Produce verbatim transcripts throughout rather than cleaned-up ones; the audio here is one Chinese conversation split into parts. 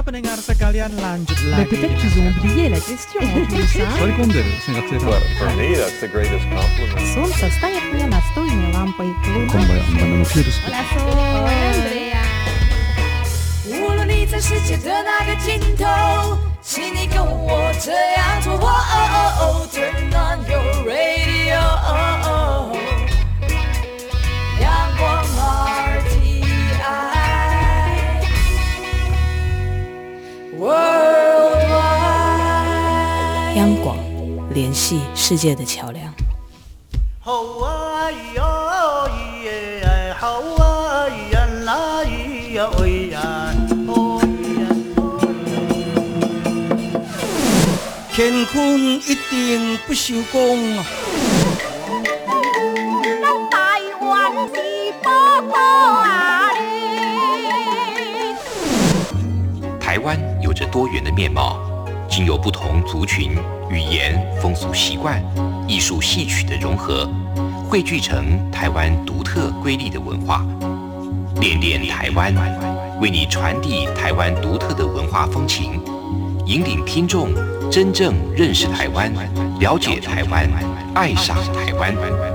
pendengar sekalian, lanjut Mais lagi. peut-être qu'ils ont oublié la question en plus, hein? Sekunderi, sen kaksi Well, for me, that's the greatest compliment. Солнце встает мне настольной лампой. Луна. Kombai on pannud kiirust. Hola, Sol. Hola, Andrea. 无论你在世界的哪个尽头，请你跟我这样做。哦哦哦 Turn on your radio. 阳光 R T I Worldwide。 央广，联系世界的桥梁。 乾坤一定不朽功啊！ 台湾是宝岛啊！ 台湾有着多元的面貌，经由不同族群、语言、风俗习惯、艺术戏曲的融合，汇聚成台湾独特瑰丽的文化。恋恋台湾，为你传递台湾独特的文化风情，引领听众真正认识台湾，了解台湾，爱上台湾。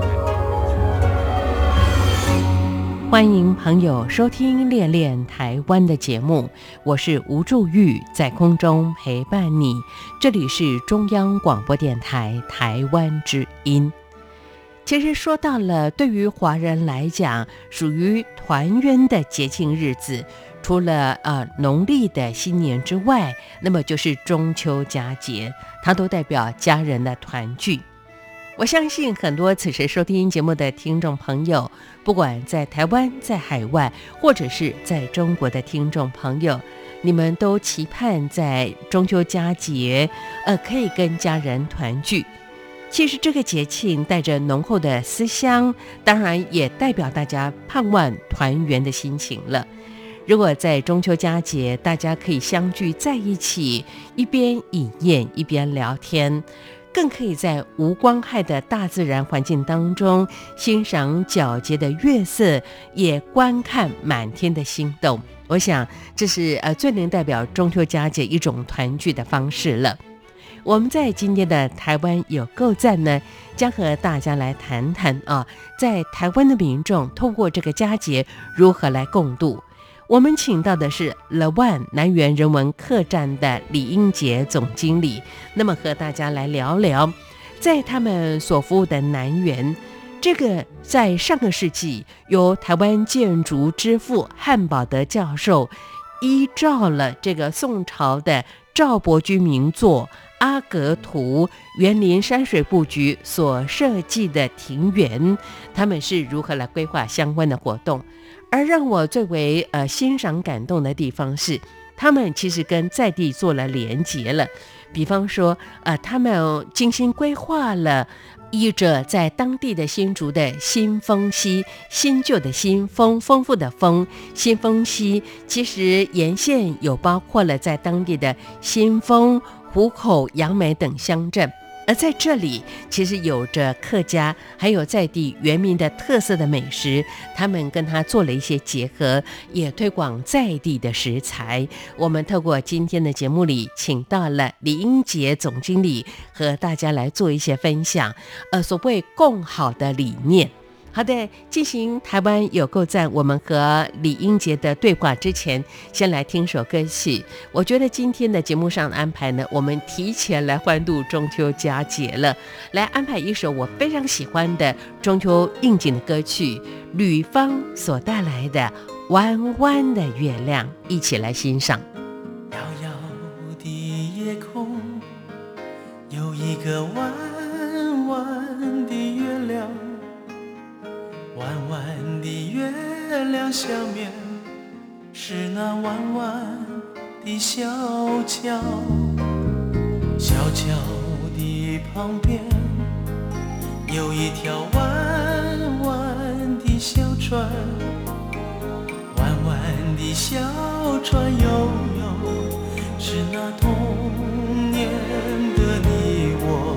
欢迎朋友收听《恋恋台湾》的节目，我是吴祝玉，在空中陪伴你。这里是中央广播电台台湾之音。其实说到了对于华人来讲属于团圆的节庆日子，除了呃农历的新年之外，那么就是中秋佳节，它都代表家人的团聚。我相信很多此时收听节目的听众朋友，不管在台湾、在海外，或者是在中国的听众朋友，你们都期盼在中秋佳节，呃，可以跟家人团聚。其实这个节庆带着浓厚的思乡，当然也代表大家盼望团圆的心情了。如果在中秋佳节，大家可以相聚在一起，一边饮宴一边聊天，更可以在无光害的大自然环境当中欣赏皎洁的月色，也观看满天的星斗。我想这是呃最能代表中秋佳节一种团聚的方式了。我们在今天的台湾有够赞呢，将和大家来谈谈啊，在台湾的民众透过这个佳节如何来共度。我们请到的是 The One 南园人文客栈的李英杰总经理，那么和大家来聊聊，在他们所服务的南园，这个在上个世纪由台湾建筑之父汉宝德教授依照了这个宋朝的赵伯钧名作阿格图园林山水布局所设计的庭园，他们是如何来规划相关的活动。而让我最为呃欣赏感动的地方是，他们其实跟在地做了连结了。比方说，呃，他们精心规划了依着在当地的新竹的新丰溪，新旧的新丰，丰富的丰，新丰溪，其实沿线有包括了在当地的新丰、湖口、杨梅等乡镇。而在这里其实有着客家还有在地原民的特色的美食，他们跟它做了一些结合，也推广在地的食材。我们透过今天的节目里请到了李英杰总经理，和大家来做一些分享，呃，所谓共好的理念。好的，进行台湾有够赞，我们和李英杰的对话之前，先来听首歌曲。我觉得今天的节目上的安排呢，我们提前来欢度中秋佳节了，来安排一首我非常喜欢的中秋应景的歌曲，吕方所带来的《弯弯的月亮》，一起来欣赏。 遥遥的夜空，有一个弯弯的月亮，弯弯的月亮下面是那弯弯的小桥，小桥的旁边有一条弯弯的小船，弯弯的小船悠悠，是那童年的你我。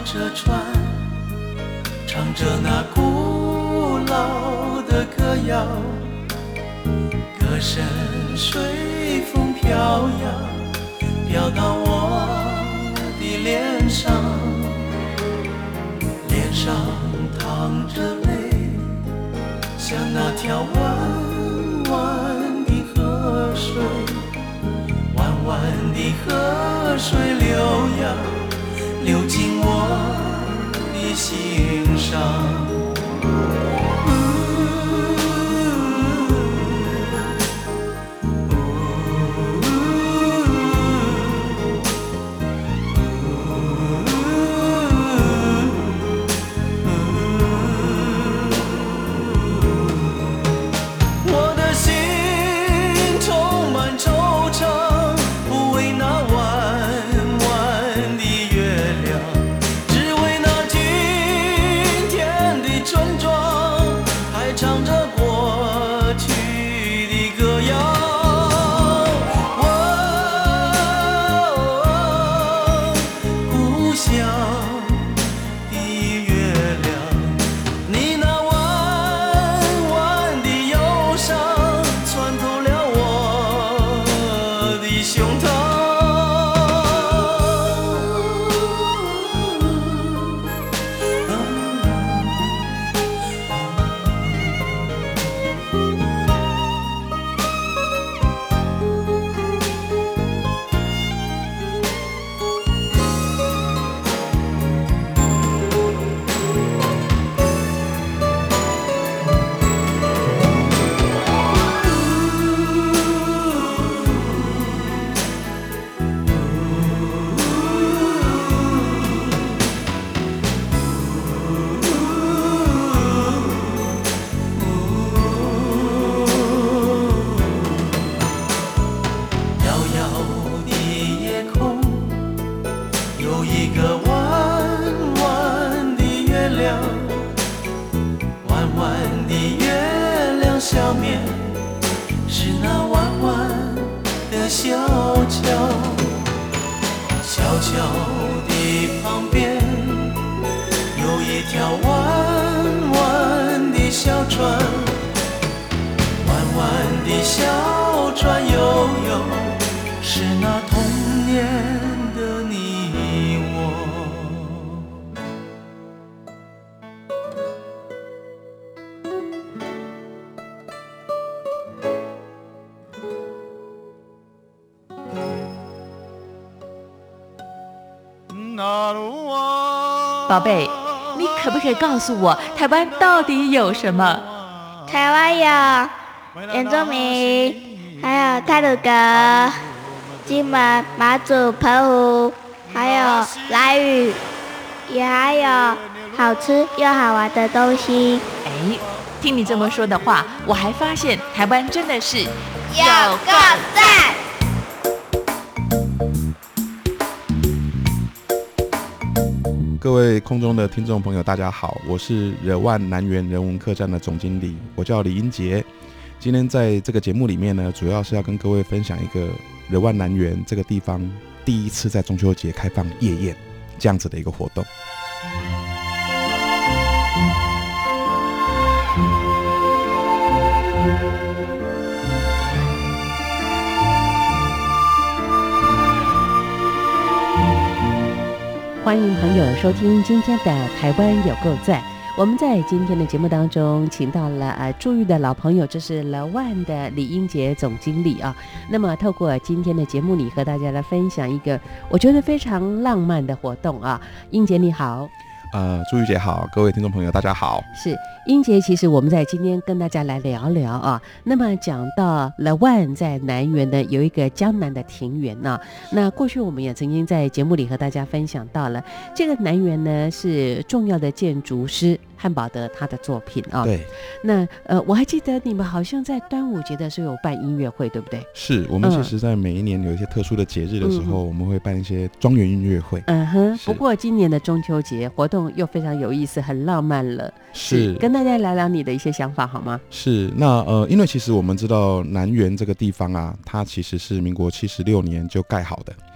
着船，唱着那古老的歌谣，歌声随风飘摇，飘到我的脸上，脸上淌着泪，像那条弯弯的河水，弯弯的河水流呀，流进我的心上。 宝贝，你可不可以告诉我，台湾到底有什么？ 台湾有原住民，还有太鲁阁、金门、马祖、澎湖，还有兰屿，也还有好吃又好玩的东西。 哎，听你这么说的话，我还发现台湾真的是有够赞！ 各位空中的听众朋友大家好，我是惹万南园人文客栈的总经理，我叫李英杰。今天在这个节目里面呢，主要是要跟各位分享一个惹万南园这个地方第一次在中秋节开放夜宴这样子的一个活动。 欢迎朋友收听今天的台湾有够赞。我们在今天的节目当中请到了呃驻豫的老朋友，这是惹万的李英杰总经理啊。那么透过今天的节目里和大家来分享一个我觉得非常浪漫的活动啊。英杰你好。 呃，朱玉姐好，各位听众朋友大家好。 是英杰，其实我们在今天跟大家来聊聊啊。那么讲到惹万在南园呢，有一个江南的庭园呢、啊。那过去我们也曾经在节目里和大家分享到了，这个南园呢是重要的建筑师汉堡德他的作品啊。 对。 那呃，我还记得你们好像在端午节的时候有办音乐会，对不对？ 是我们其实在每一年有一些特殊的节日的时候，嗯、我们会办一些庄园音乐会。 嗯哼。不过今年的中秋节活动又非常有意思，很浪漫了。 是， 跟大家聊聊你的一些想法好吗？ 是，那呃，因为其实我们知道南园这个地方啊，它其实是民国七十六年就盖好的。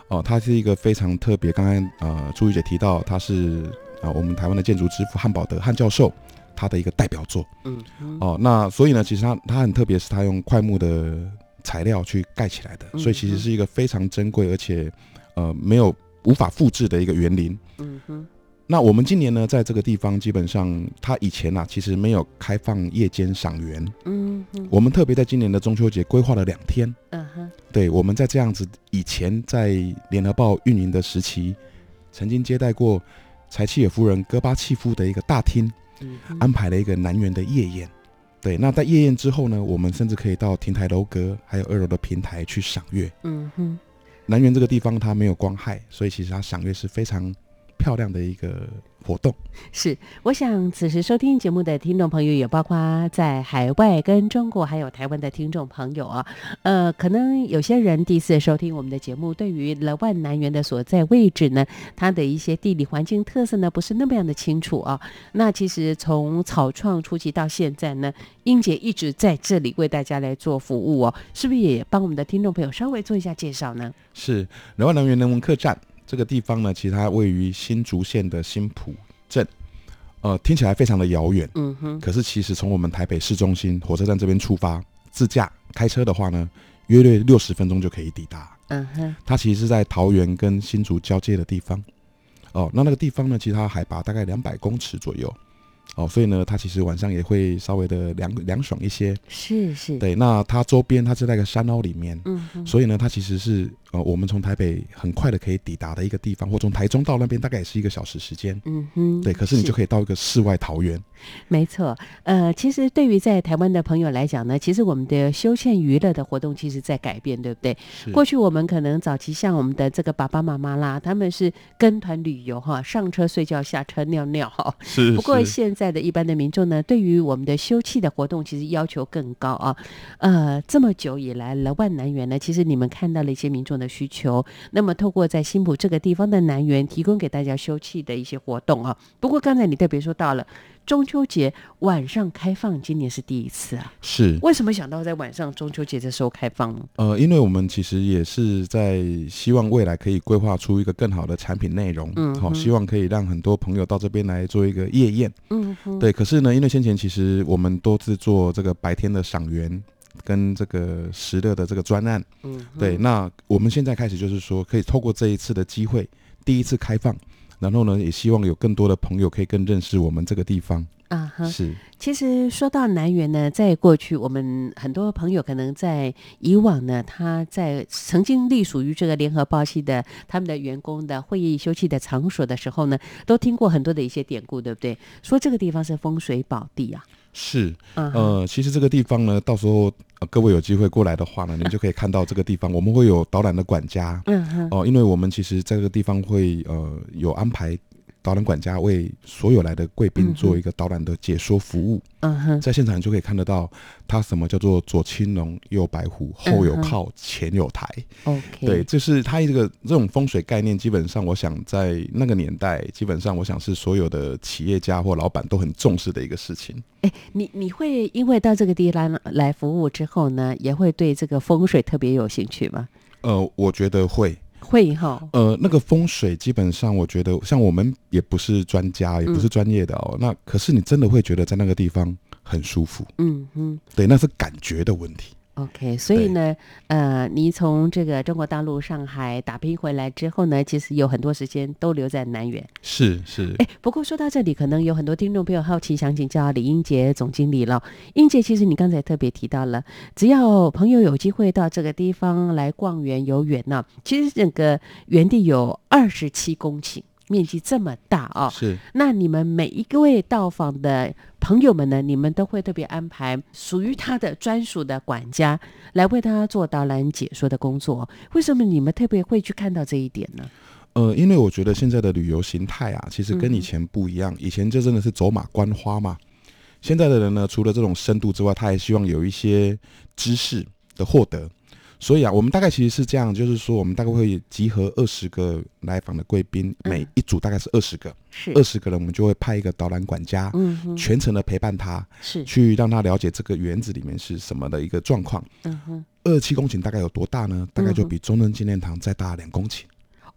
哦，它是一个非常特别。刚才呃朱玉姐提到，它是啊、呃、我们台湾的建筑之父汉宝德汉教授他的一个代表作。 嗯，嗯哦，那所以呢，其实它它很特别，是它用檜木的材料去盖起来的， 嗯、 所以其实是一个非常珍贵而且呃没有无法复制的一个园林。 嗯哼。 那我们今年呢，在这个地方基本上，它以前啊其实没有开放夜间赏园。 嗯哼。 我们特别在今年的中秋节规划了两天。 嗯哼。 对，我们在这样子以前在联合报运营的时期，曾经接待过柴契尔夫人戈巴契夫的一个大厅， 嗯、 安排了一个南园的夜宴。对，那在夜宴之后呢，我们甚至可以到亭台楼阁还有二楼的平台去赏月。 嗯哼。 南园这个地方它没有光害，所以其实它赏月是非常漂亮的一个活动。 是，我想此时收听节目的听众朋友，也包括在海外跟中国还有台湾的听众朋友啊，呃，可能有些人第一次收听我们的节目，对于乐万南园的所在位置呢，它的一些地理环境特色呢，不是那么样的清楚啊。那其实从草创初期到现在呢，英姐一直在这里为大家来做服务哦，是不是也帮我们的听众朋友稍微做一下介绍呢？ 是，乐万南园人文客栈。这个地方呢，其实它位于新竹县的新埔镇，呃，听起来非常的遥远， 嗯哼。 可是其实从我们台北市中心火车站这边出发，自驾开车的话呢，约略六十分钟就可以抵达。 嗯哼。它其实是在桃园跟新竹交界的地方。哦，那那个地方呢，其实它海拔大概两百公尺左右。哦，所以呢，它其实晚上也会稍微的凉凉爽一些。 是是。 对，那它周边它是在一个山凹里面， 嗯哼。 所以呢，它其实是呃我们从台北很快的可以抵达的一个地方，或从台中到那边大概也是一个小时时间。 嗯哼。 对，可是你就可以到一个世外桃源。 没错，呃，其实对于在台湾的朋友来讲呢，其实我们的休闲娱乐的活动其实在改变，对不对？过去我们可能早期像我们的这个爸爸妈妈啦，他们是跟团旅游哈，上车睡觉，下车尿尿哈。 是。 不过现在的一般的民众呢，对于我们的休憩的活动，其实要求更高啊。呃，这么久以来，乐万南园呢，其实你们看到了一些民众的需求，那么透过在新埔这个地方的南园，提供给大家休憩的一些活动啊。不过刚才你特别说到了。中秋节晚上开放，今年是第一次啊。 是。 为什么想到在晚上中秋节的时候开放呢？ 呃，因为我们其实也是在希望未来可以规划出一个更好的产品内容，嗯，好、哦，希望可以让很多朋友到这边来做一个夜宴， 嗯哼， 对。可是呢，因为先前其实我们都是做这个白天的赏园跟这个时乐的这个专案，嗯，对。那我们现在开始就是说，可以透过这一次的机会，第一次开放。然后呢，也希望有更多的朋友可以更认识我们这个地方啊哈。 是， 其实说到南园呢，在过去我们很多朋友可能在以往呢，他在曾经隶属于这个联合报系的他们的员工的会议休憩的场所的时候呢，都听过很多的一些典故，对不对？说这个地方是风水宝地啊。 是，呃，其实这个地方呢，到时候、呃、各位有机会过来的话呢，你就可以看到这个地方，我们会有导览的管家，嗯哼，哦、呃，因为我们其实这个地方会呃有安排导览管家为所有来的贵宾做一个导览的解说服务，嗯哼，在现场你就可以看得到它什么叫做左青龙右白虎后有靠、嗯、前有台 ，OK， 对，就是它这个这种风水概念，基本上我想在那个年代，基本上我想是所有的企业家或老板都很重视的一个事情。 哎，你你会因为到这个地方来服务之后呢，也会对这个风水特别有兴趣吗？ 呃，我觉得会。 会哈， 呃，那个风水基本上，我觉得像我们也不是专家，也不是专业的哦。嗯、那可是你真的会觉得在那个地方很舒服， 嗯嗯， 对，那是感觉的问题。 OK， 所以呢，呃，你从这个中国大陆上海打拼回来之后呢，其实有很多时间都留在南园。 是是。 哎，不过说到这里，可能有很多听众朋友好奇，想请教李英杰总经理了。英杰，其实你刚才特别提到了，只要朋友有机会到这个地方来逛园游园呢，其实整个园地有二十七公顷。面积这么大啊、哦， 是。 那你们每一位到访的朋友们呢，你们都会特别安排属于他的专属的管家来为他做导览解说的工作。为什么你们特别会去看到这一点呢？ 呃，因为我觉得现在的旅游形态啊，其实跟以前不一样。嗯、以前就真的是走马观花嘛。现在的人呢，除了这种深度之外，他还希望有一些知识的获得。所以啊，我们大概其实是这样，就是说，我们大概会集合二十个来访的贵宾，嗯、每一组大概是二十个， 是二十个人，我们就会派一个导览管家，嗯，全程的陪伴他， 是去让他了解这个园子里面是什么的一个状况。 嗯哼， 二十七公顷大概有多大呢？大概就比中正纪念堂再大两公顷。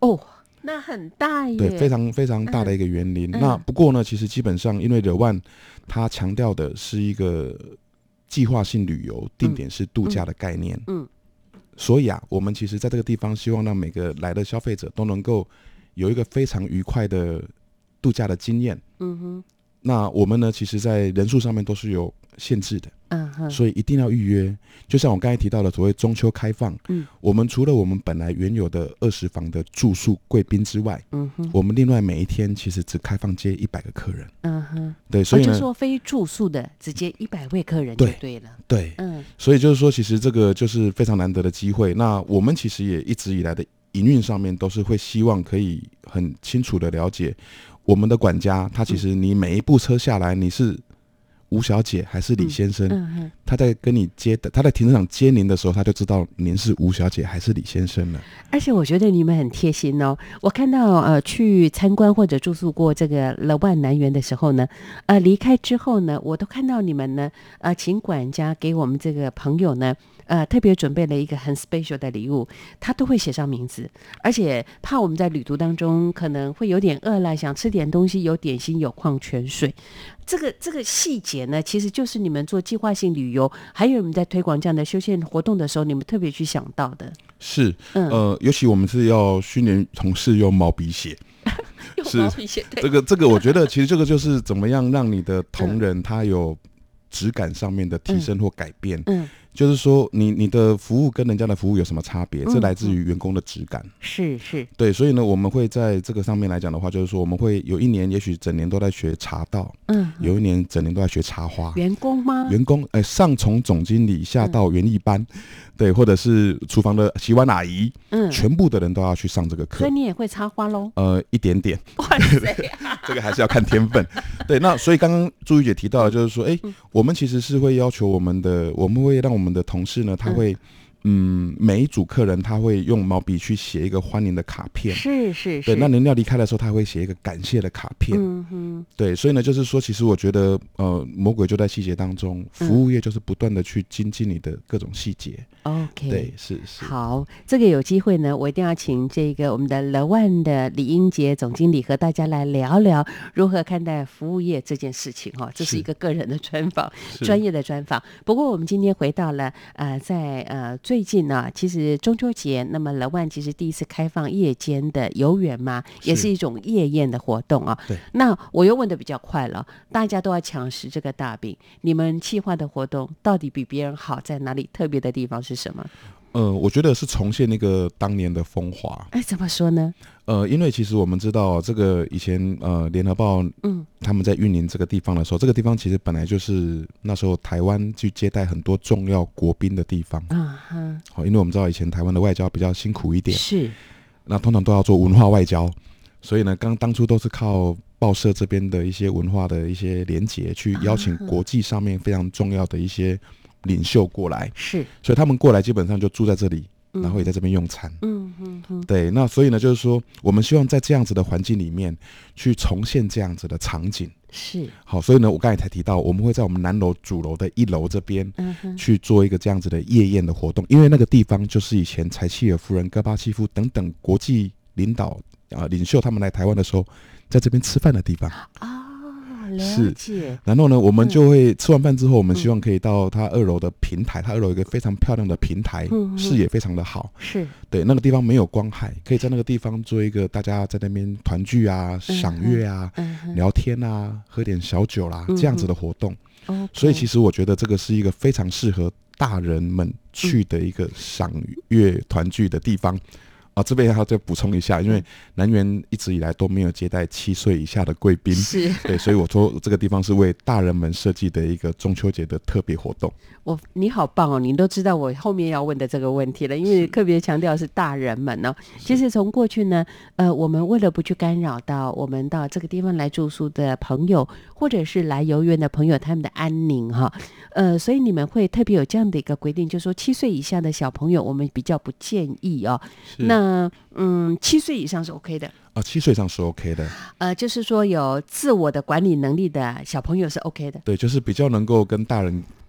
哦，那很大耶， 对，非常非常大的一个园林。嗯、那不过呢，其实基本上因为惹万它强调的是一个计划性旅游，定点式度假的概念。嗯，嗯所以啊，我们其实在这个地方希望让每个来的消费者都能够有一个非常愉快的度假的经验。嗯哼。那我们呢，其实在人数上面都是有限制的，嗯哼，所以一定要预约。就像我刚才提到的所谓中秋开放，嗯，我们除了我们本来原有的二十房的住宿贵宾之外，嗯哼，我们另外每一天其实只开放接一百个客人，嗯哼，对，所以呢， 哦、就说非住宿的直接一百位客人就对了， 对，对嗯，所以就是说，其实这个就是非常难得的机会。那我们其实也一直以来的营运上面都是会希望可以很清楚的了解。我们的管家，他其实你每一部车下来，你是吴小姐还是李先生？嗯嗯、他在跟你接的，他在停车场接您的时候，他就知道您是吴小姐还是李先生了。 而且我觉得你们很贴心哦。我看到呃去参观或者住宿过这个惹万南园的时候呢，呃离开之后呢，我都看到你们呢呃请管家给我们这个朋友呢。呃，特别准备了一个很 special 的礼物，他都会写上名字，而且怕我们在旅途当中可能会有点饿了，想吃点东西，有点心，有矿泉水。这个这个细节呢，其实就是你们做计划性旅游，还有你们在推广这样的休闲活动的时候，你们特别去想到的。 是，嗯、呃，尤其我们是要训练同事用毛笔写。 用毛笔写，对， 这个这个，我觉得其实这个就是怎么样让你的同仁他有质感上面的提升或改变。嗯。嗯就是说你，你的服务跟人家的服务有什么差别？这来自于员工的质感。 是是， 对，所以呢，我们会在这个上面来讲的话，就是说，我们会有一年，也许整年都在学茶道，嗯，有一年整年都在学插花。 员工吗？ 员工，哎、欸，上从总经理下到园艺班，嗯、对，或者是厨房的洗碗阿姨，嗯，全部的人都要去上这个课。 所以你也会插花喽？ 呃，一点点。 哇塞、啊， 这个还是要看天分。对，那所以刚刚朱玉姐提到的，就是说，哎、欸嗯，我们其实是会要求我们的，我们会让我们的同事呢。他会，嗯，每一组客人他会用毛笔去写一个欢迎的卡片， 是是是。 对，那您要离开的时候，他会写一个感谢的卡片。嗯哼。对，所以呢，就是说，其实我觉得，呃，魔鬼就在细节当中，服务业就是不断的去精进你的各种细节。 OK， 对，是是。 好，这个有机会呢，我一定要请这个我们的惹万的李英杰总经理和大家来聊聊如何看待服务业这件事情哈。这是一个个人的专访，专业的专访。不过我们今天回到了呃，在呃最近呢、啊，其实中秋节，那么惹万其实第一次开放夜间的游园嘛，也是一种夜宴的活动啊。 对。 那我又问的比较快了，大家都要抢食这个大饼，你们企划的活动到底比别人好在哪里？特别的地方是什么？ 呃，我觉得是重现那个当年的风华。 哎，怎么说呢？ 呃，因为其实我们知道，这个以前呃，联合报嗯，他们在运营这个地方的时候，这个地方其实本来就是那时候台湾去接待很多重要国宾的地方。啊哈。好，因为我们知道以前台湾的外交比较辛苦一点， 是。 那通常都要做文化外交，所以呢，刚当初都是靠报社这边的一些文化的一些连结，去邀请国际上面非常重要的一些领袖过来， 是， 所以他们过来基本上就住在这里，然后也在这边用餐。嗯嗯嗯，对，那所以呢，就是说，我们希望在这样子的环境里面去重现这样子的场景。 是， 好，所以呢，我刚才才提到，我们会在我们南楼主楼的一楼这边，嗯哼，去做一个这样子的夜宴的活动，因为那个地方就是以前柴契尔夫人、戈巴契夫等等国际领导啊、呃、领袖他们来台湾的时候，在这边吃饭的地方啊。 了解。 然后呢，我们就会吃完饭之后，我们希望可以到它二楼的平台，它二楼有一个非常漂亮的平台，嗯、视野非常的好。 是， 对，那个地方没有光害，可以在那个地方做一个大家在那边团聚啊、赏月啊、嗯嗯、聊天啊、喝点小酒啦、嗯、这样子的活动。嗯、所以其实我觉得这个是一个非常适合大人们去的一个赏月团聚的地方。啊，这边还要再补充一下，因为南园一直以来都没有接待七岁以下的贵宾， 是， 对，所以我说这个地方是为大人们设计的一个中秋节的特别活动。 我你好棒哦，你都知道我后面要问的这个问题了，因为特别强调是大人们呢、哦。其实从过去呢，呃，我们为了不去干扰到我们到这个地方来住宿的朋友，或者是来游园的朋友他们的安宁哈，呃，所以你们会特别有这样的一个规定，就是说七岁以下的小朋友我们比较不建议哦。那那嗯，七岁以上是 OK 的啊，七岁以上是 OK 的。 呃，就是说有自我的管理能力的小朋友是 OK 的。 对，就是比较能够跟大人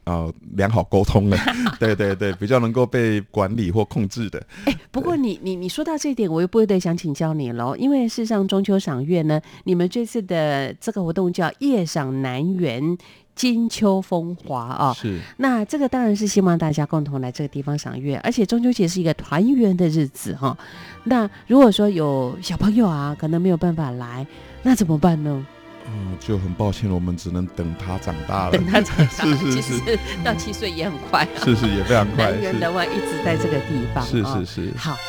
呃良好沟通了，对对对，比较能够被管理或控制的。 哎，不过你你你说到这一点，我又不得想请教你了，因为事实上中秋赏月呢，你们这次的这个活动叫夜赏南园金秋风华啊， 是。 那这个当然是希望大家共同来这个地方赏月，而且中秋节是一个团圆的日子哈。那如果说有小朋友啊，可能没有办法来，那怎么办呢？ 嗯，就很抱歉，我们只能等他长大了。 等他长大， 是是是， 其实到七岁也很快、啊， 是是也非常快。 南园的话一直在这个地方， 是是是， 哦、好。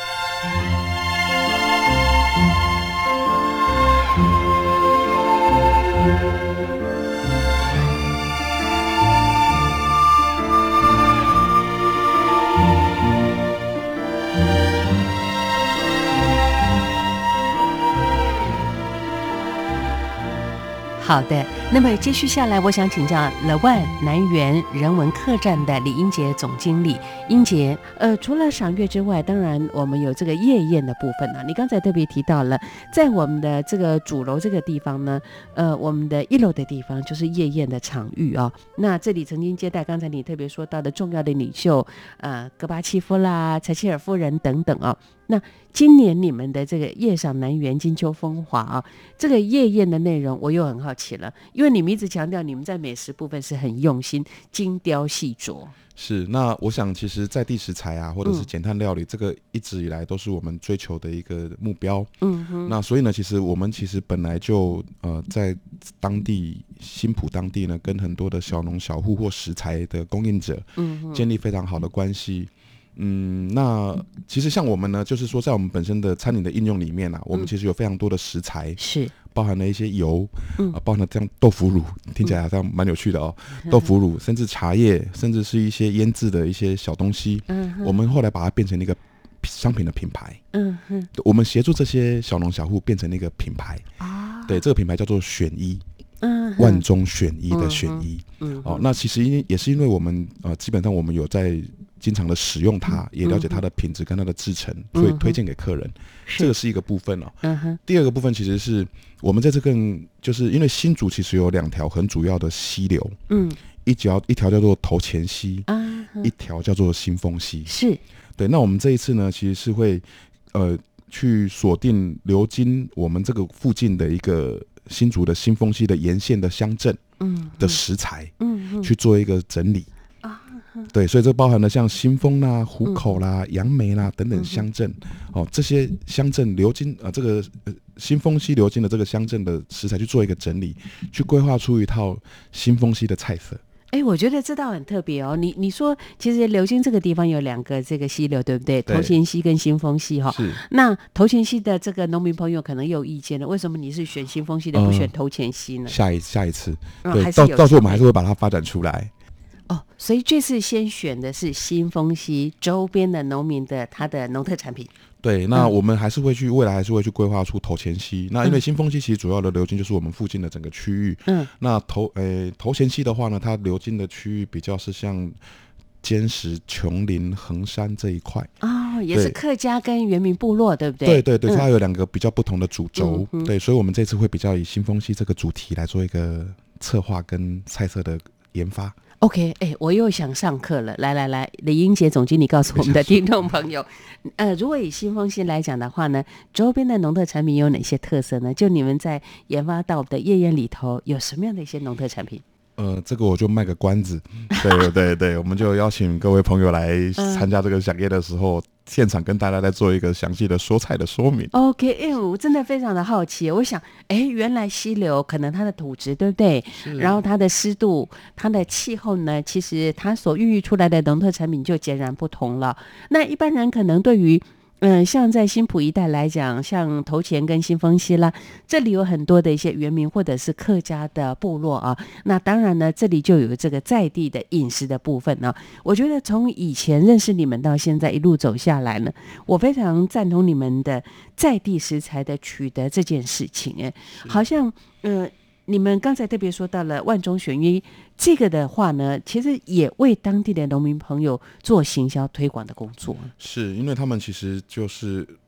好的，那么接续下来，我想请教乐万南园人文客栈的李英杰总经理。英杰，呃，除了赏月之外，当然我们有这个夜宴的部分呢、啊。你刚才特别提到了，在我们的这个主楼这个地方呢，呃，我们的一楼的地方就是夜宴的场域啊。那这里曾经接待刚才你特别说到的重要的领袖，呃，戈巴契夫啦、柴契尔夫人等等啊。那今年你们的这个夜赏南园金秋风华啊，这个夜宴的内容我又很好奇了，因为你们一直强调你们在美食部分是很用心、精雕细琢。 是，那我想其实在地食材啊，或者是减碳料理、嗯，这个一直以来都是我们追求的一个目标。嗯哼。那所以呢，其实我们其实本来就呃在当地新埔当地呢，跟很多的小农小户或食材的供应者，嗯，建立非常好的关系。嗯，那其实像我们呢，就是说在我们本身的餐饮的应用里面啊，我们其实有非常多的食材，是包含了一些油，嗯，啊、包含了这样豆腐乳，听起来好像蛮有趣的哦。嗯、豆腐乳，甚至茶叶，甚至是一些腌制的一些小东西，嗯，我们后来把它变成一个商品的品牌，嗯哼，我们协助这些小农小户变成一个品牌啊，对，这个品牌叫做选一。嗯，万中选一的选一，嗯，哦，那其实因也是因为我们呃，基本上我们有在经常的使用它，嗯、也了解它的品质跟它的制成，嗯、所以推荐给客人，这个是一个部分哦。嗯哼，第二个部分其实是我们在这更就是因为新竹其实有两条很主要的溪流，嗯，一条一条叫做头前溪，啊，一条叫做新丰溪，是对。那我们这一次呢，其实是会呃去锁定流经我们这个附近的一个。新竹的新丰溪的沿线的乡镇的食材，嗯嗯，去做一个整理啊，对，所以这包含了像新丰啦、湖口啦、杨梅啦等等乡镇，哦，这些乡镇流经呃这个呃新丰溪流经的这个乡镇的食材去做一个整理，去规划出一套新丰溪的菜色。 哎，我觉得这倒很特别哦。你你说，其实流经这个地方有两个这个溪流，对不对？头前溪跟新丰溪哈。是。那头前溪的这个农民朋友可能有意见了，为什么你是选新丰溪的，不选头前溪呢？ 嗯、下一下一次，对，嗯、到到时候我们还是会把它发展出来。 哦，所以这次先选的是新丰溪周边的农民的他的农特产品。 对，那我们还是会去，未来还是会去规划出头前溪。那因为新丰溪其实主要的流经就是我们附近的整个区域。嗯，那头诶头前溪的话呢，它流经的区域比较是像尖石、琼林、横山这一块。 哦，也是客家跟原民部落，对不对？ 对对对，它有两个比较不同的主轴。嗯、对，所以我们这次会比较以新丰溪这个主题来做一个策划跟菜色的研发。 OK， 哎、欸，我又想上课了。来来来，李英杰总经理告诉我们的听众朋友，呃，如果以新丰溪来讲的话呢，周边的农特产品有哪些特色呢？就你们在研发到的夜宴里头，有什么样的一些农特产品？ 呃，这个我就卖个关子，对对对，我们就邀请各位朋友来参加这个飨宴的时候。嗯，现场跟大家来做一个详细的说菜的说明。 OK， 哎、欸，我真的非常的好奇，我想，哎、欸，原来溪流可能它的土质对不对？然后它的湿度、它的气候呢，其实它所孕育出来的农特产品就截然不同了。那一般人可能对于嗯，像在新埔一带来讲，像头前跟新丰溪啦，这里有很多的一些原民或者是客家的部落啊。那当然呢，这里就有这个在地的饮食的部分呢、啊。我觉得从以前认识你们到现在一路走下来呢，我非常赞同你们的在地食材的取得这件事情。哎，好像呃。你们刚才特别说到了万中选一，这个的话呢，其实也为当地的农民朋友做行销推广的工作。 是因为他们其实就是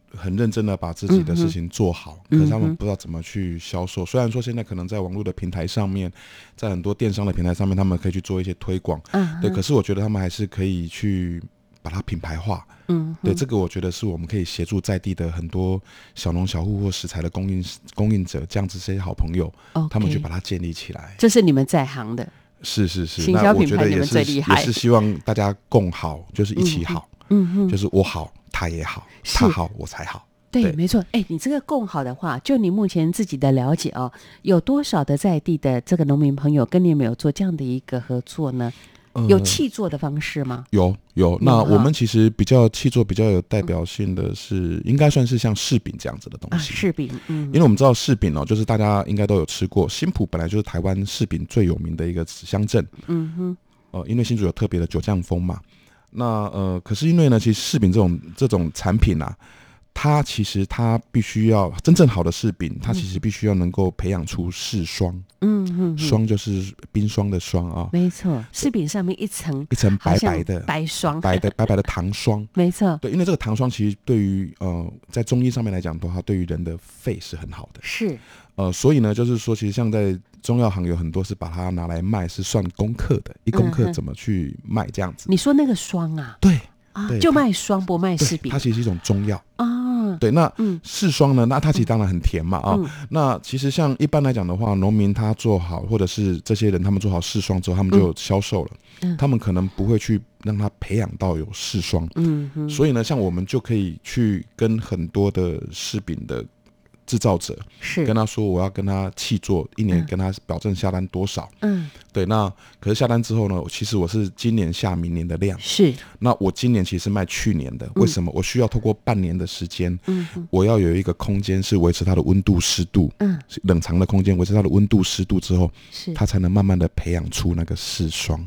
很认真的把自己的事情做好， 嗯、 可是他们不知道怎么去销售。虽然说现在可能在网络的平台上面，在很多电商的平台上面，他们可以去做一些推广，嗯、对，可是我觉得他们还是可以去把它品牌化。嗯，对，这个我觉得是我们可以协助在地的很多小农小户或食材的供应供应者，这样子这些好朋友， okay, 他们去把它建立起来。 这是你们在行的。 是是是， 行销品牌你们最厉害， 也是希望大家共好，就是一起好。嗯嗯，就是我好，他也好，他好我才好。 对，对没错。哎，你这个共好的话，就你目前自己的了解哦，有多少的在地的这个农民朋友跟你们有做这样的一个合作呢？有契作的方式吗？ 有有，那我们其实比较契作比较有代表性的是，嗯、应该算是像柿饼这样子的东西。 柿饼，嗯， 因为我们知道柿饼哦，就是大家应该都有吃过。新埔本来就是台湾柿饼最有名的一个乡镇，嗯哼，呃，因为新竹有特别的九降风嘛。那呃，可是因为呢，其实柿饼这种这种产品啊，它其实它必须要真正好的柿饼，它其实必须要能够培养出柿霜。嗯嗯，霜就是冰霜的霜啊， 没错，柿饼上面一层一层白白的白霜， 白的白白的糖霜， 没错， 对，因为这个糖霜其实对于呃在中医上面来讲的话，对于人的肺是很好的， 是呃，所以呢，就是说，其实像在中药行有很多是把它拿来卖，是算公克的，一公克怎么去卖这样子。 嗯、你说那个霜啊？ 对。 啊、就卖霜不卖柿饼， 它其实是一种中药啊。对，那柿霜呢？那它其实当然很甜嘛啊、嗯。那其实像一般来讲的话，农民他做好，或者是这些人他们做好柿霜之后，他们就有销售了、嗯。他们可能不会去让他培养到有柿霜。嗯嗯。所以呢，像我们就可以去跟很多的柿饼的制造者是跟他说，我要跟他契作，一年跟他保证下单多少。嗯，对。那可是下单之后呢，其实我是今年下明年的量。 是。 那我今年其实是卖去年的，为什么？我需要透过半年的时间，嗯，我要有一个空间是维持它的温度、湿度，嗯，冷藏的空间维持它的温度、湿度之后，是它才能慢慢的培养出那个柿霜。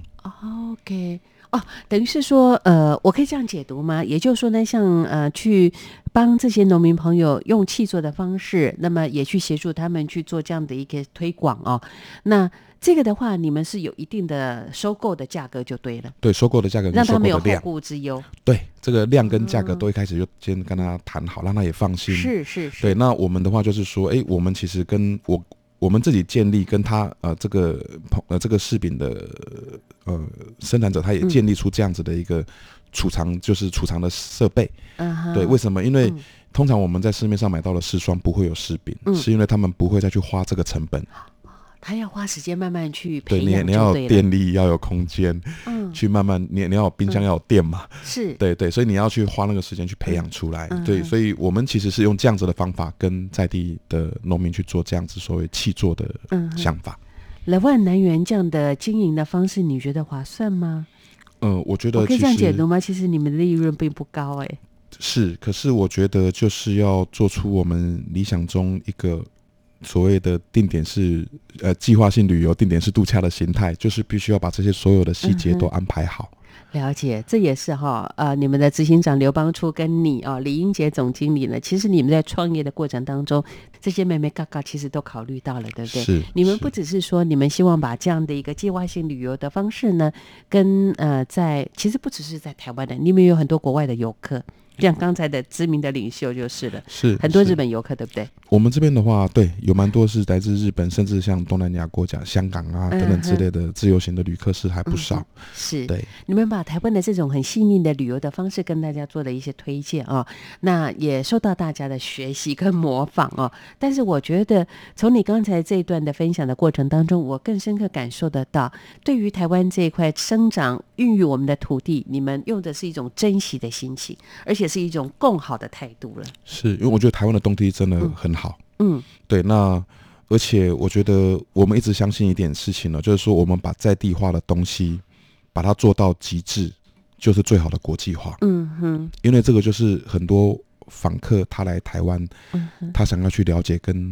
OK。哦，等于是说，呃，我可以这样解读吗？也就是说呢，像呃，去帮这些农民朋友用契作的方式，那么也去协助他们去做这样的一个推广哦。那这个的话，你们是有一定的收购的价格就对了。 对，收购的价格跟收购的量， 让他没有后顾之忧。 对，这个量跟价格都一开始就先跟他谈好，让他也放心。 是是是。 对，那我们的话就是说，哎，我们其实跟我。我们自己建立跟他呃这个呃这个柿饼的呃生产者，他也建立出这样子的一个储藏，嗯、就是储藏的设备。嗯、对，为什么？因为、嗯、通常我们在市面上买到的柿霜不会有柿饼、嗯，是因为他们不会再去花这个成本。 他要花时间慢慢去培养， 对，你你要有电力，要有空间，嗯，去慢慢你你要有冰箱，嗯、要有电嘛， 是， 对对，所以你要去花那个时间去培养出来，嗯、对，所以我们其实是用这样子的方法跟在地的农民去做这样子所谓契作的想法。 乐万南园这样的经营的方式，你觉得划算吗？ 嗯、呃，我觉得我可以这样解读吗？其实你们的利润并不高、欸，哎， 是，可是我觉得就是要做出我们理想中一个。所谓的定点式呃计划性旅游、定点式度假的形态，就是必须要把这些所有的细节都安排好。 嗯、了解，这也是哈呃你们的执行长刘邦初跟你啊、哦、李英杰总经理呢，其实你们在创业的过程当中，这些眉眉角角其实都考虑到了，对不对？ 是。 你们不只是说你们希望把这样的一个计划性旅游的方式呢，跟呃在其实不只是在台湾的，你们有很多国外的游客。像刚才的知名的领袖就是了， 是很多日本游客，对不对？ 我们这边的话，对，有蛮多是来自日本，甚至像东南亚国家、香港啊、嗯、等等之类的自由行的旅客是还不少。嗯、 是， 对， 你们把台湾的这种很细腻的旅游的方式跟大家做了一些推荐啊、哦，那也受到大家的学习跟模仿哦。但是我觉得从你刚才这一段的分享的过程当中，我更深刻感受得到，对于台湾这一块生长、孕育我们的土地，你们用的是一种珍惜的心情，而且是一种共好的态度了。 是因为我觉得台湾的东西真的很好。嗯，对，那而且我觉得我们一直相信一点事情呢，就是说我们把在地化的东西把它做到极致，就是最好的国际化。嗯哼，因为这个就是很多访客他来台湾、嗯，他想要去了解跟体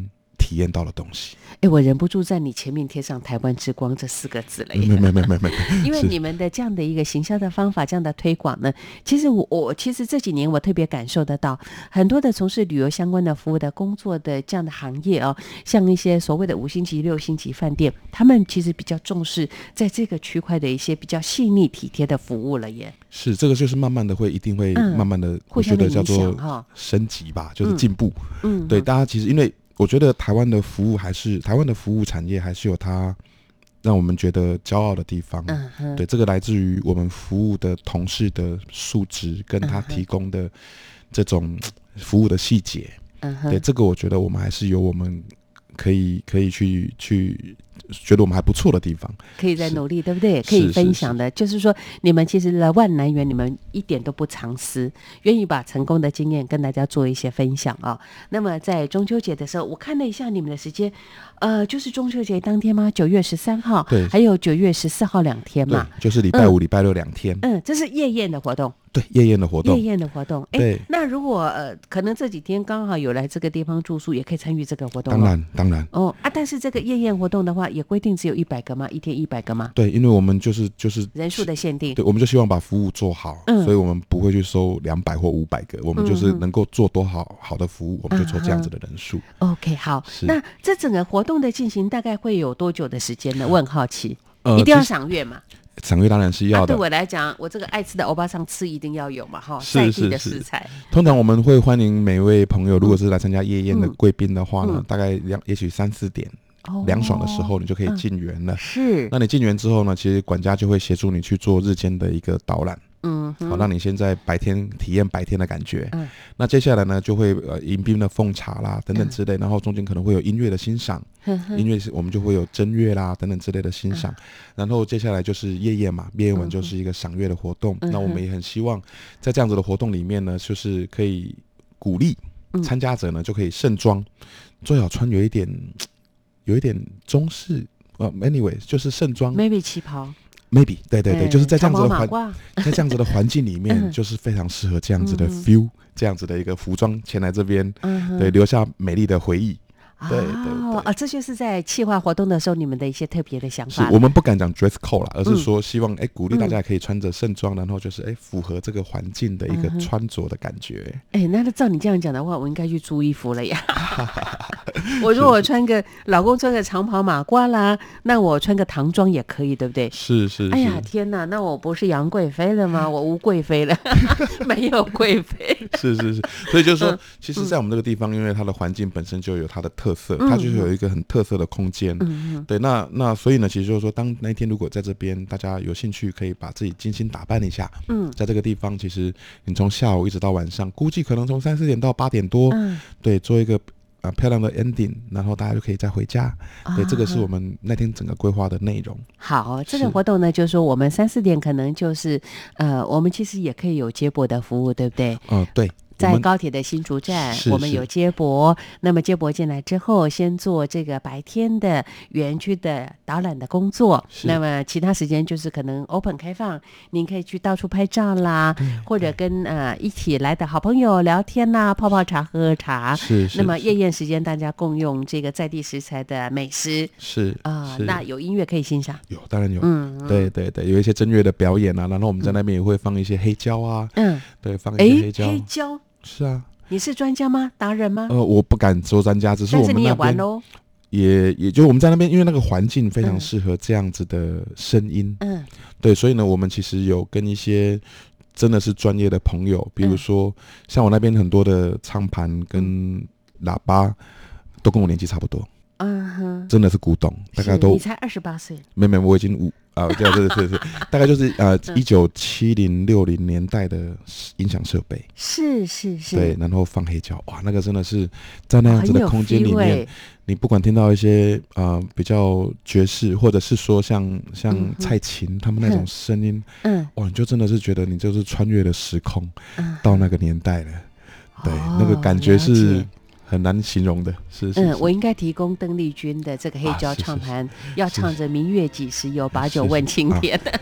体验到的东西。 哎，我忍不住在你前面贴上台湾之光这四个字了耶。 没没没没没， 因为你们的这样的一个行销的方法，这样的推广呢，其实我我其实这几年我特别感受得到，很多的从事旅游相关的服务的工作的这样的行业哦，像一些所谓的五星级、六星级饭店，他们其实比较重视在这个区块的一些比较细腻体贴的服务了耶。 是，这个就是慢慢的会一定会慢慢的、嗯，我觉得叫做升级吧，就是进步。嗯，对，大家其实因为我觉得台湾的服务还是台湾的服务产业还是有它让我们觉得骄傲的地方。嗯，对，这个来自于我们服务的同事的素质跟他提供的这种服务的细节。嗯，对，这个我觉得我们还是有我们可以可以去去。觉得我们还不错的地方， 可以再努力，对不对？可以分享的，就是说，你们其实来万南园，你们一点都不藏私，愿意把成功的经验跟大家做一些分享啊、哦。那么在中秋节的时候，我看了一下你们的时间，呃，就是中秋节当天吗？九月十三号，对，还有九月十四号两天嘛， 就是礼拜五、礼、嗯、拜六两天。 嗯，这是夜宴的活动。 对，夜宴的活动， 夜宴的活动。哎，那如果呃，可能这几天刚好有来这个地方住宿，也可以参与这个活动。 当然，当然。 哦啊，但是这个夜宴活动的话，也规定只有一百个吗？一天一百个吗？ 对，因为我们就是就是人数的限定。 对，我们就希望把服务做好，嗯、所以我们不会去收两百或五百个，我们就是能够做多好好的服务，我们就做这样子的人数。 嗯、OK， 好。那这整个活动的进行大概会有多久的时间呢？我很好奇。呃，一定要赏月嘛。 赏月当然是要的、 啊。对我来讲，我这个爱吃的欧巴桑吃一定要有嘛，哈，在地的食材。 通常我们会欢迎每位朋友，如果是来参加夜宴的贵宾的话呢，嗯、大概两也许三四点。凉爽的时候，你就可以进园了。嗯、是，那你进园之后呢，其实管家就会协助你去做日间的一个导览。嗯，好，让你先在白天体验白天的感觉。嗯，那接下来呢，就会呃迎宾的奉茶啦，等等之类，嗯、然后中间可能会有音乐的欣赏，嗯、音乐我们就会有正乐啦，等等之类的欣赏。嗯、然后接下来就是夜宴嘛，夜宴完就是一个赏月的活动。嗯、那我们也很希望在这样子的活动里面呢，就是可以鼓励参加者呢，就可以盛装，最好穿有一点。有一点中式，呃 ，anyway， 就是盛装 ，maybe 旗袍 ，maybe， 对对对，欸、就是在这样子的环，在这样子的环境里面，就是非常适合这样子的 feel，、嗯、这样子的一个服装前来这边，嗯、对，留下美丽的回忆。对对哦啊，这就是在企划活动的时候你们的一些特别的想法。 是我们不敢讲 dress code 啦，而是说希望哎、嗯、鼓励大家可以穿着盛装，嗯、然后就是哎符合这个环境的一个穿着的感觉。 哎、嗯，那照你这样讲的话，我应该去租衣服了呀。我如果穿个老公穿个长袍马褂啦，那我穿个唐装也可以，对不对？ 是是是。 哎呀天哪，那我不是杨贵妃了吗？我吴贵妃了，没有贵妃。 是是是，所以就是说，其实，在我们这个地方，因为它的环境本身就有它的特色，它就是有一个很特色的空间。嗯、对，那那所以呢，其实就是说，当那一天如果在这边大家有兴趣，可以把自己精心打扮一下。嗯，在这个地方，其实你从下午一直到晚上，估计可能从三四点到八点多，嗯、对，做一个。啊，漂亮的 ending， 然后大家就可以再回家。啊、对，这个是我们那天整个规划的内容。 好，这个活动呢，就是说我们三四点可能就是呃，我们其实也可以有接驳的服务，对不对？ 哦、呃，对。 在高铁的新竹站，我们有接驳。那么接驳进来之后，先做这个白天的园区的导览的工作。那么其他时间就是可能 open 开放，您可以去到处拍照啦，或者跟呃一起来的好朋友聊天啦，泡泡茶、喝喝茶。 是是。 那么夜宴时间，大家共用这个在地食材的美食。 是啊、呃，那有音乐可以欣赏。 有，当然有。嗯，对对对，有一些正乐的表演啊，然后我们在那边也会放一些黑胶啊。嗯，对，放一些黑胶。 黑胶。 是啊， 你是专家吗？达人吗？ 呃，我不敢说专家，只是我们那边但是你也玩咯， 也也就我们在那边，因为那个环境非常适合这样子的声音，嗯，对，所以呢，我们其实有跟一些真的是专业的朋友，比如说、嗯、像我那边很多的唱盘跟喇叭都跟我年纪差不多，嗯哼，真的是古董，大概都你才二十八岁， 没没，我已经五。啊，对对对对，大概就是呃一九七零六零年代的音响设备， 是是是， 对，然后放黑胶，哇，那个真的是在那样子的空间里面，你不管听到一些呃比较爵士，或者是说像像蔡琴、嗯、他们那种声音，嗯，哇，你就真的是觉得你就是穿越了时空，嗯、到那个年代了，对，哦、那个感觉是。很难形容的，是是是嗯，我应该提供邓丽君的这个黑胶唱盘，啊、是是是要唱着“明月几时有，把酒问青天”。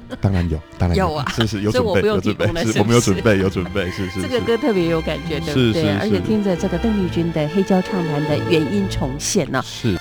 当然有，当然有啊， 是是有准备，有准备，是我们有准备，有准备，是是。 这个歌特别有感觉，对不对？而且听着这个邓丽君的黑胶唱盘的原音重现呢、啊， 是。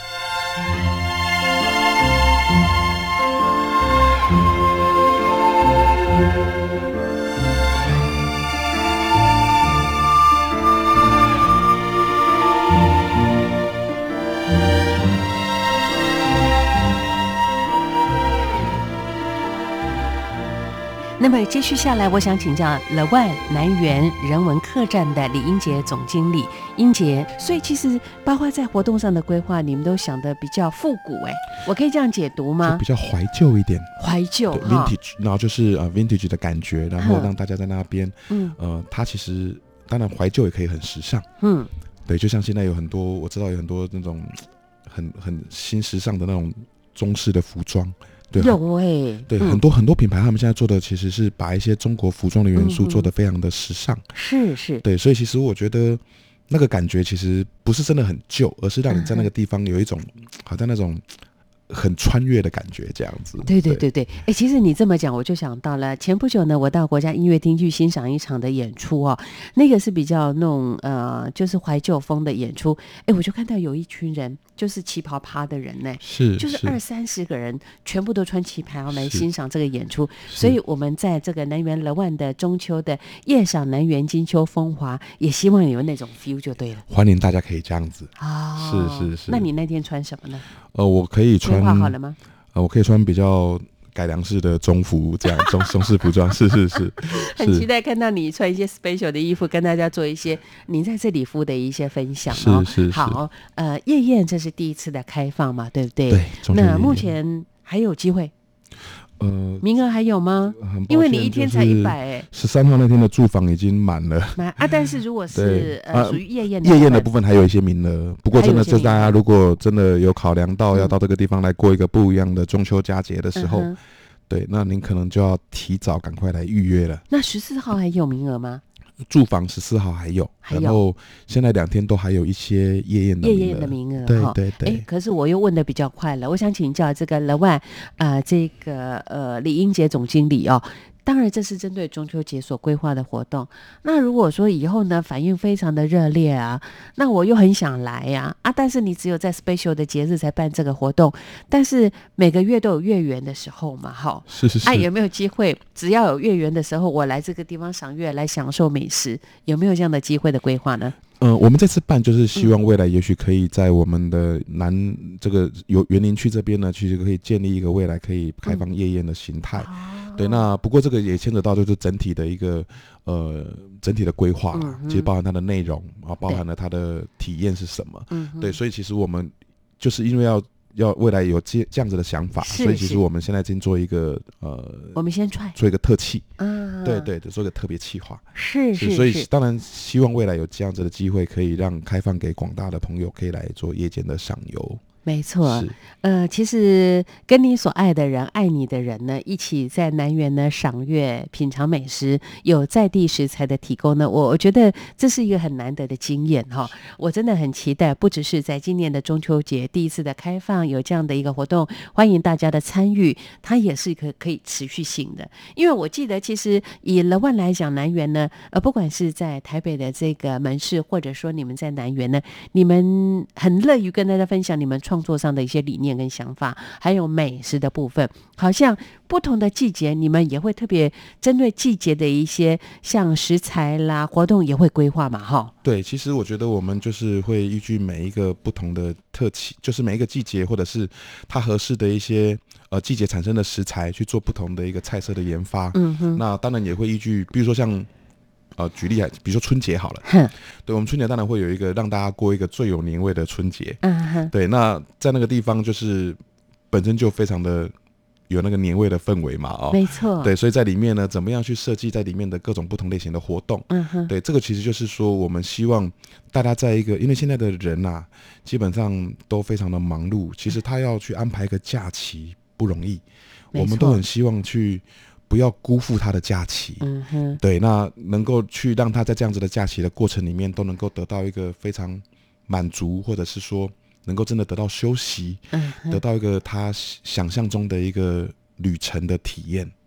那么接续下来，我想请教乐万南园人文客栈的李英杰总经理。英杰，所以其实包括在活动上的规划，你们都想得比较复古，哎，我可以这样解读吗？ 就比较怀旧一点， 怀旧 vintage， 然后就是呃 vintage 的感觉，然后让大家在那边，嗯，呃，它其实当然怀旧也可以很时尚，嗯，对，就像现在有很多我知道有很多那种很很新时尚的那种中式的服装。对有哎、欸， 对、嗯、很多很多品牌，他们现在做的其实是把一些中国服装的元素做得非常的时尚，嗯、 是是， 对，所以其实我觉得那个感觉其实不是真的很旧，而是让你在那个地方有一种、嗯、好像那种很穿越的感觉，这样子。 对对对对，哎、欸，其实你这么讲，我就想到了前不久呢，我到国家音乐厅去欣赏一场的演出哦，那个是比较那种呃，就是怀旧风的演出。哎、欸，我就看到有一群人，就是旗袍趴的人呢， 是就是二三十个人，全部都穿旗袍来欣赏这个演出。所以我们在这个南园乐万的中秋的夜赏南园金秋风华，也希望有那种 feel 就对了。 欢迎大家可以这样子啊、 哦，是是是。 那你那天穿什么呢？ 呃，我可以穿。规划好了吗？ 呃，我可以穿比较改良式的中服，这样中中式服装，是是是。 很期待看到你穿一些 special 的衣服，跟大家做一些你在这里服的一些分享哦。 是是是。 好，呃，夜宴这是第一次的开放嘛，对不对？ 对。 那目前还有机会？呃，名额还有吗？因为你一天才一百哎。 十三号那天的住房已经满了。 满啊，但是如果是呃属于夜宴的夜宴的部分还有一些名额，不过真的是大家如果真的有考量到要到这个地方来过一个不一样的中秋佳节的时候，嗯、对，那您可能就要提早赶快来预约了。 那十四号还有名额吗？ 住房十四号还有， 还有然后现在两天都还有一些夜宴的名额， 夜宴的名额， 对对对。 哎，可是我又问的比较快了，我想请教这个乐万啊，这个呃李英杰总经理哦。当然，这是针对中秋节所规划的活动。那如果说以后呢，反应非常的热烈啊，那我又很想来呀 啊, 啊！但是你只有在 special 的节日才办这个活动，但是每个月都有月圆的时候嘛，哈， 是是是。 啊，有没有机会？只要有月圆的时候，我来这个地方赏月，来享受美食，有没有这样的机会的规划呢？ 嗯、呃，我们这次办就是希望未来也许可以在我们的南这个有园林区这边呢，其实可以建立一个未来可以开放夜宴的形态。嗯对，那不过这个也牵扯到就是整体的一个呃整体的规划啦、嗯，其实包含它的内容啊，包含了它的体验是什么。嗯，对，所以其实我们就是因为要要未来有这这样子的想法，所以其实我们现在正做一个呃， 我们先踹做一个特企，嗯，对对对，做一个特别企划， 是 是, 是， 所以当然希望未来有这样子的机会，可以让开放给广大的朋友可以来做夜间的赏游。 没错，呃，其实跟你所爱的人、爱你的人呢，一起在南园呢赏月、品尝美食，有在地食材的提供呢，我我觉得这是一个很难得的经验哈。我真的很期待，不只是在今年的中秋节第一次的开放有这样的一个活动，欢迎大家的参与，它也是一个可以持续性的。因为我记得，其实以乐万来讲，南园呢，呃，不管是在台北的这个门市，或者说你们在南园呢，你们很乐于跟大家分享你们创作上的一些理念跟想法，还有美食的部分，好像不同的季节你们也会特别针对季节的一些像食材啦活动也会规划嘛齁。 对，其实我觉得我们就是会依据每一个不同的特气，就是每一个季节或者是它合适的一些呃季节产生的食材去做不同的一个菜色的研发。嗯哼，那当然也会依据比如说像呃，举例来，比如说春节好了，对，我们春节当然会有一个让大家过一个最有年味的春节，嗯，对，那在那个地方就是本身就非常的有那个年味的氛围嘛，哦， 没错， 对，所以在里面呢，怎么样去设计在里面的各种不同类型的活动，嗯哼，对，这个其实就是说，我们希望大家在一个，因为现在的人啊，基本上都非常的忙碌，其实他要去安排一个假期不容易，我们都很希望去。不要辜负他的假期，嗯哼，对，那能够去让他在这样子的假期的过程里面，都能够得到一个非常满足，或者是说能够真的得到休息，嗯，得到一个他想象中的一个旅程的体验。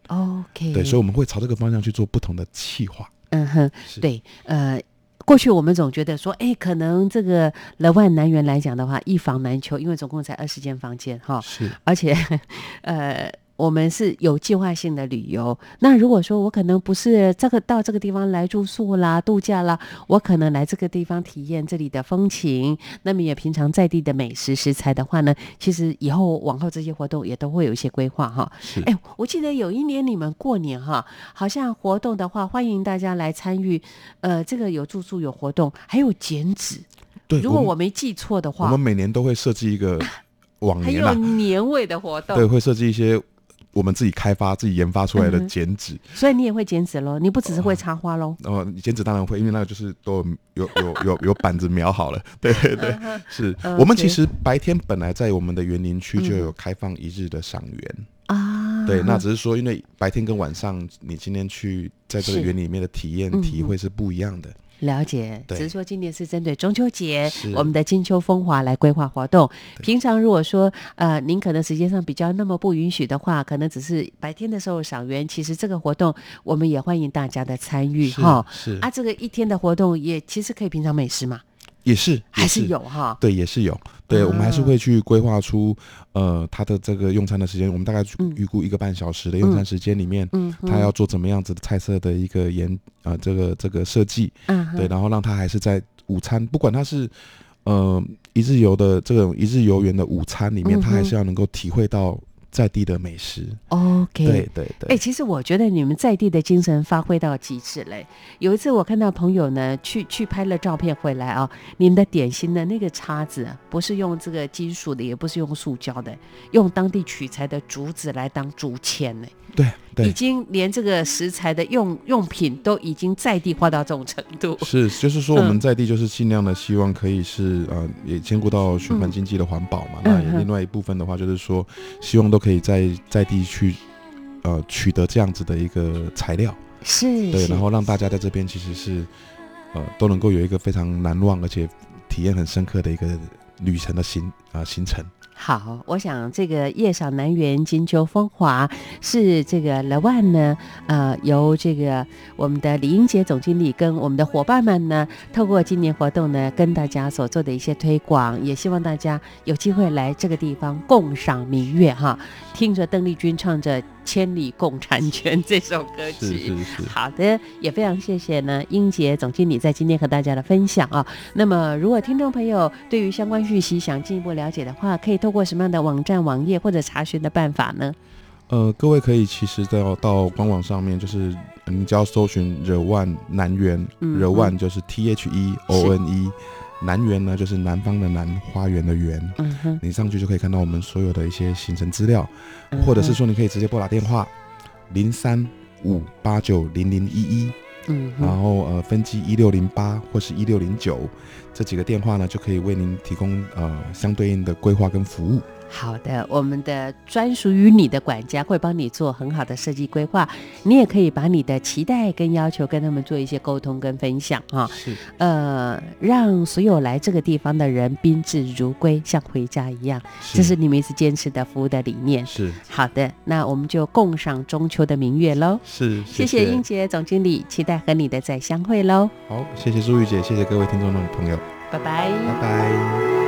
OK， 对，所以我们会朝这个方向去做不同的企划。 嗯哼，对，呃。过去我们总觉得说，哎，可能这个乐万南园来讲的话，一房难求，因为总共才二十间房间哈， 是， 而且，呃。我们是有计划性的旅游。那如果说我可能不是这个到这个地方来住宿啦、度假啦，我可能来这个地方体验这里的风情，那么也平常在地的美食食材的话呢，其实以后往后这些活动也都会有一些规划哈。哎，我记得有一年你们过年哈，好像活动的话，欢迎大家来参与。呃，这个有住宿、有活动，还有剪纸。 对， 如果我没记错的话， 我们每年都会设计一个往年啦，很有年味的活动。 对，会设计一些我们自己开发、自己研发出来的剪纸、嗯， 所以你也会剪纸咯？你不只是会插花咯？ 哦，剪纸当然会，因为那个就是都有有有有有板子描好了。对对对，是、okay. 我们其实白天本来在我们的园林区就有开放一日的赏园。啊，对，那只是说，因为白天跟晚上，你今天去在这个园里面的体验、体会是不一样的。 了解，只是说今年是针对中秋节，我们的金秋风华来规划活动。平常如果说呃您可能时间上比较那么不允许的话，可能只是白天的时候赏园，其实这个活动我们也欢迎大家的参与哈。 是啊，这个一天的活动也其实可以品尝美食嘛。 也是，也是还是有哈， 对，也是有，对、嗯、我们还是会去规划出，呃，他的这个用餐的时间，我们大概预估一个半小时的用餐时间里面，嗯，他要做怎么样子的菜色的一个研，呃，这个这个设计，嗯，对，然后让他还是在午餐，不管他是，呃，一日游的这种一日游园的午餐里面，他、嗯、还是要能够体会到在地的美食。 OK， 对对对。 哎、欸，其实我觉得你们在地的精神发挥到极致嘞。有一次我看到朋友呢去去拍了照片回来啊，你们的点心的那个叉子、啊、不是用这个金属的，也不是用塑胶的，用当地取材的竹子来当竹签嘞。 对对， 已经连这个食材的用用品都已经在地化到这种程度。 是，就是说我们在地就是尽量的希望可以是、嗯、呃也兼顾到循环经济的环保嘛、嗯、那也另外一部分的话就是说希望都可以在在地去呃取得这样子的一个材料。 是， 对，然后让大家在这边其实是呃都能够有一个非常难忘而且体验很深刻的一个旅程的行啊、呃、行程。 好，我想这个夜赏南园金秋风华是这个乐万呢，呃，由这个我们的李英杰总经理跟我们的伙伴们呢，透过今年活动呢，跟大家所做的一些推广，也希望大家有机会来这个地方共赏明月哈，听着邓丽君唱着《千里共婵娟》这首歌曲。 是是是。 好的，也非常谢谢呢英杰总经理在今天和大家的分享啊。那么，如果听众朋友对于相关讯息想进一步了解的话，可以透过什么样的网站、网页或者查询的办法呢？ 呃，各位可以其实到到官网上面，就是你只要搜寻惹万南园，惹万就是 T H E O N E， 南园呢就是南方的南，花园的园。嗯哼，你上去就可以看到我们所有的一些行程资料，嗯、或者是说你可以直接拨打电话零三五八九零零一一。嗯，然后呃，分机一六零八或是一六零九这几个电话呢，就可以为您提供呃相对应的规划跟服务。 好的，我们的专属于你的管家会帮你做很好的设计规划，你也可以把你的期待跟要求跟他们做一些沟通跟分享啊。 是， 呃，让所有来这个地方的人宾至如归，像回家一样，这是你们一直坚持的服务的理念。 是， 好的，那我们就共赏中秋的明月喽。 是， 谢谢英杰总经理，期待和你的再相会喽。 好，谢谢舒玉姐，谢谢各位听众的朋友， 拜拜， 拜拜。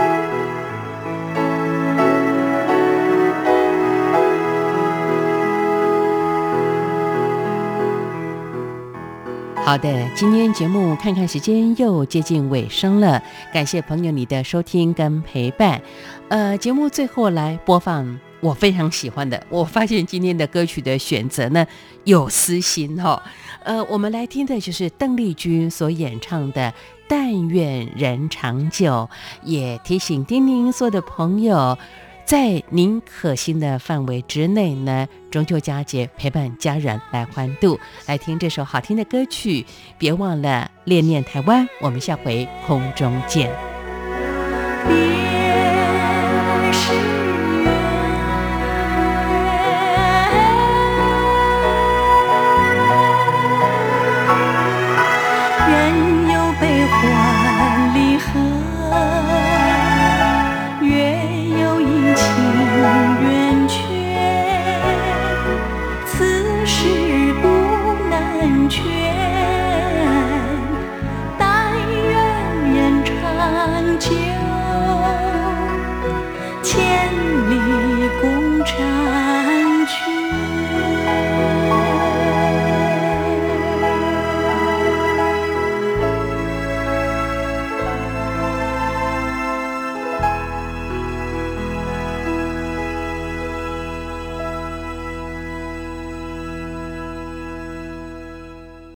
好的，今天节目看看时间又接近尾声了，感谢朋友你的收听跟陪伴。呃，节目最后来播放我非常喜欢的，我发现今天的歌曲的选择呢有私心哈、哦。呃，我们来听的就是邓丽君所演唱的《但愿人长久》，也提醒叮咛所有的朋友，在您可行的范围之内呢，中秋佳节陪伴家人来欢度，来听这首好听的歌曲，别忘了恋恋台湾，我们下回空中见。